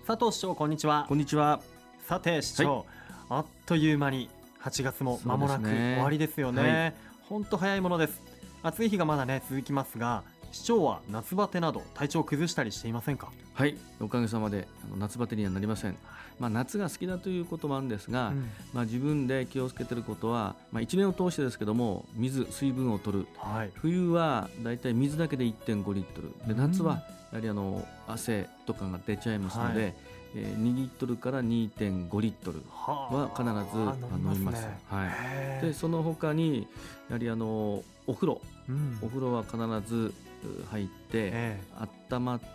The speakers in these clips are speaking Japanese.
佐藤市長、こんにちは。 こんにちは。 さて市長、あっという間に8月も間もなく終わりですよね。ほんと早いものです。暑い日がまだね続きますが、市長は夏バテなど体調を崩したりしていませんか？ はい、おかげさまで夏バテにはなりません。夏が好きだということもあるんですが、自分で気をつけていることは、1年を通してですけども、水分を取る、冬はだいたい水だけで 1.5 リットルで、夏はやはり汗とかが出ちゃいますので、2リットルから 2.5 リットルは必ず飲みます。でその他にやはりお風呂は必ず入って温まって、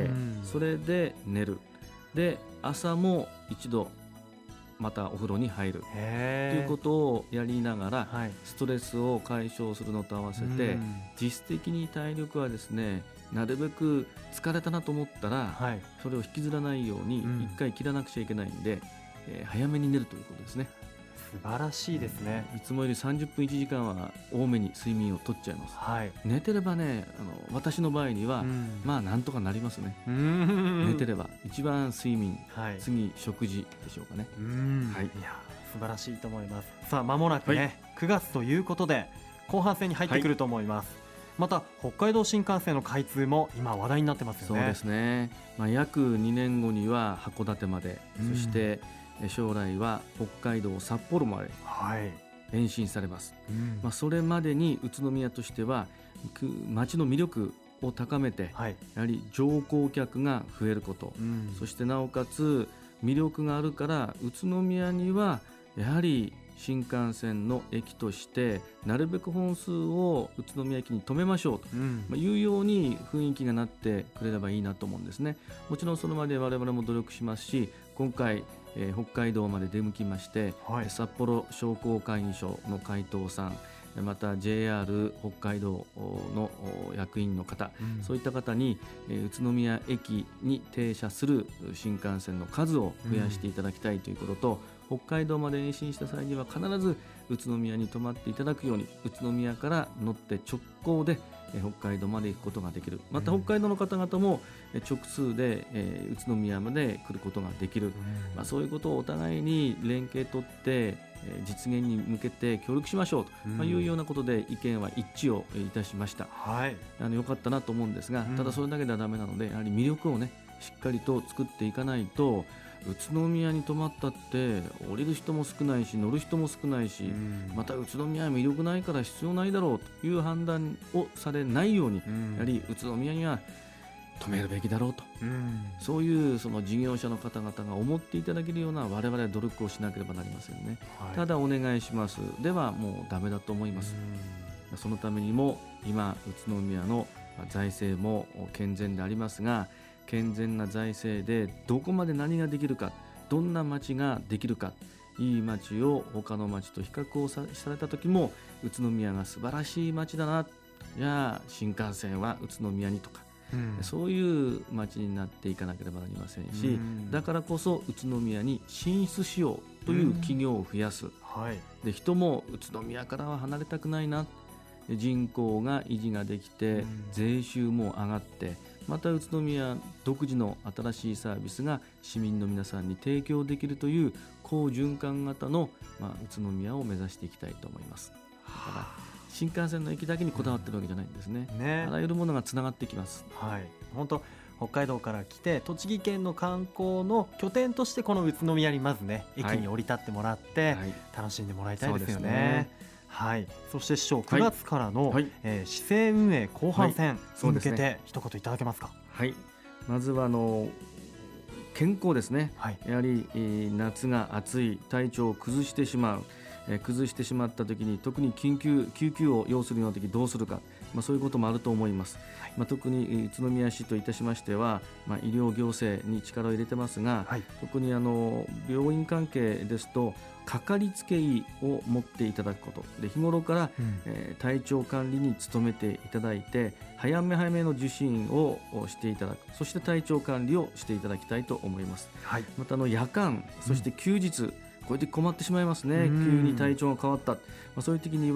それで寝る。で朝も一度またお風呂に入るということをやりながら、ストレスを解消するのと合わせて、実質的に体力はですね、なるべく疲れたなと思ったら、それを引きずらないように1回切らなくちゃいけないんで、早めに寝るということですね。 素晴らしいですね。 いつもより30分1時間は多めに睡眠をとっちゃいます。寝てればね、私の場合にはなんとかなりますね。寝てれば一番睡眠、次食事でしょうかね。 いや素晴らしいと思います。さあ間もなくね、9月ということで後半戦に入ってくると思います。また北海道新幹線の開通も今話題になってますよね。 そうですね、約2年後には函館まで、そして将来は北海道札幌まで延伸されます。それまでに宇都宮としては街の魅力を高めて、やはり乗降客が増えること、そしてなおかつ魅力があるから宇都宮にはやはり新幹線の駅としてなるべく本数を宇都宮駅に止めましょうというように雰囲気がなってくれればいいなと思うんですね。もちろんそのまで我々も努力しますし、今回北海道まで出向きまして、札幌商工会議所の会頭さん、また JR 北海道の役員の方、そういった方に宇都宮駅に停車する新幹線の数を増やしていただきたいということと、北海道まで延伸した際には必ず宇都宮に泊まっていただくように、宇都宮から乗って直行で北海道まで行くことができる。また北海道の方々も直通で宇都宮まで来ることができる。そういうことをお互いに連携取って実現に向けて協力しましょうというようなことで意見は一致をいたしました。良かったなと思うんですが、ただそれだけではダメなので、やはり魅力をねしっかりと作っていかないと、宇都宮に泊まったって降りる人も少ないし乗る人も少ないし、また宇都宮は魅力ないから必要ないだろうという判断をされないように、やはり宇都宮には止めるべきだろうと、そういうその事業者の方々が思っていただけるような我々は努力をしなければなりませんね。ただお願いしますではもうダメだと思います。そのためにも今宇都宮の財政も健全でありますが、健全な財政でどこまで何ができるか、どんな町ができるか、いい町を他の町と比較をされた時も宇都宮が素晴らしい町だな、じゃあ新幹線は宇都宮にとか、そういう町になっていかなければなりませんし、だからこそ宇都宮に進出しようという企業を増やす、で人も宇都宮からは離れたくないな、人口が維持ができて、税収も上がって、また宇都宮独自の新しいサービスが市民の皆さんに提供できるという好循環型の、宇都宮を目指していきたいと思います。だから新幹線の駅だけにこだわってるわけじゃないんですね。あらゆるものがつながってきます。 本当北海道から来て栃木県の観光の拠点としてこの宇都宮にまずね駅に降り立ってもらって楽しんでもらいたいですよね。そして市長、9月からの市政運営後半戦に向けて一言いただけますか？ まずは健康ですね。やはり夏が暑い、体調を崩してしまった時に特に救急を要するような時どうするか、そういうこともあると思います。特に宇都宮市といたしましては、医療行政に力を入れてますが、特に病院関係ですとかかりつけ医を持っていただくことで、日頃から、体調管理に努めていただいて、早めの受診をしていただく、そして体調管理をしていただきたいと思います。また夜間、そして休日、こういう時困ってしまいますね。急に体調が変わった、そういう時には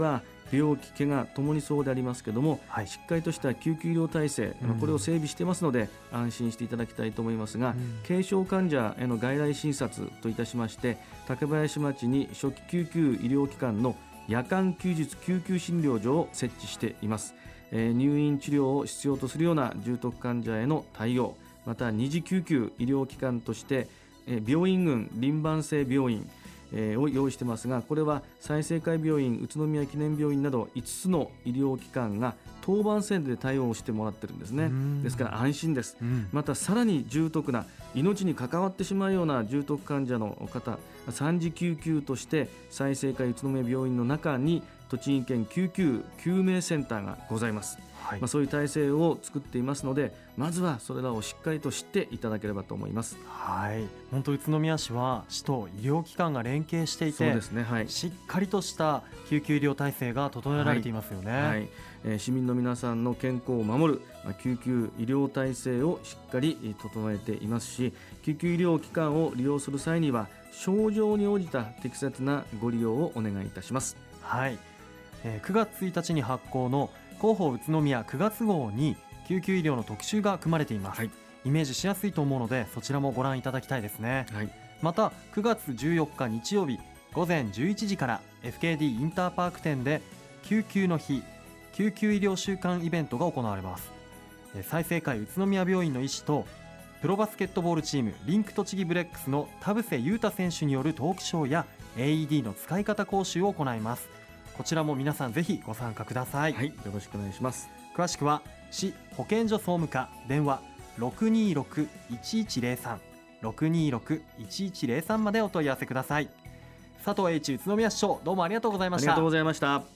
病気怪我ともにそうでありますけども、しっかりとした救急医療体制、これを整備していますので安心していただきたいと思いますが、軽症患者への外来診察といたしまして、竹林町に初期救急医療機関の夜間休日救急診療所を設置しています。入院治療を必要とするような重篤患者への対応、また二次救急医療機関として病院群輪番制病院を用意してますが、これは済生会病院、宇都宮記念病院など5つの医療機関が当番制で対応してもらってるんですね。ですから安心です。またさらに重篤な命に関わってしまうような重篤患者の方、3次救急として済生会宇都宮病院の中に栃木県救急救命センターがございます。そういう体制を作っていますので、まずはそれらをしっかりと知っていただければと思います。 本当宇都宮市は市と医療機関が連携していて、そうですね、しっかりとした救急医療体制が整えられていますよね。 市民の皆さんの健康を守る救急医療体制をしっかり整えていますし、救急医療機関を利用する際には症状に応じた適切なご利用をお願いいたします。 9月1日に発行の広報宇都宮9月号に救急医療の特集が組まれています。イメージしやすいと思うのでそちらもご覧いただきたいですね。また9月14日日曜日午前11時から FKD インターパーク店で救急の日救急医療週間イベントが行われます。済生会宇都宮病院の医師とプロバスケットボールチームリンク栃木ブレックスの田臥勇太選手によるトークショーや AED の使い方講習を行います。こちらも皆さんぜひご参加ください。 よろしくお願いします。 詳しくは市保健所総務課電話 626-1103 626-1103 までお問い合わせください。佐藤栄一宇都宮市長、どうもありがとうございました。 ありがとうございました。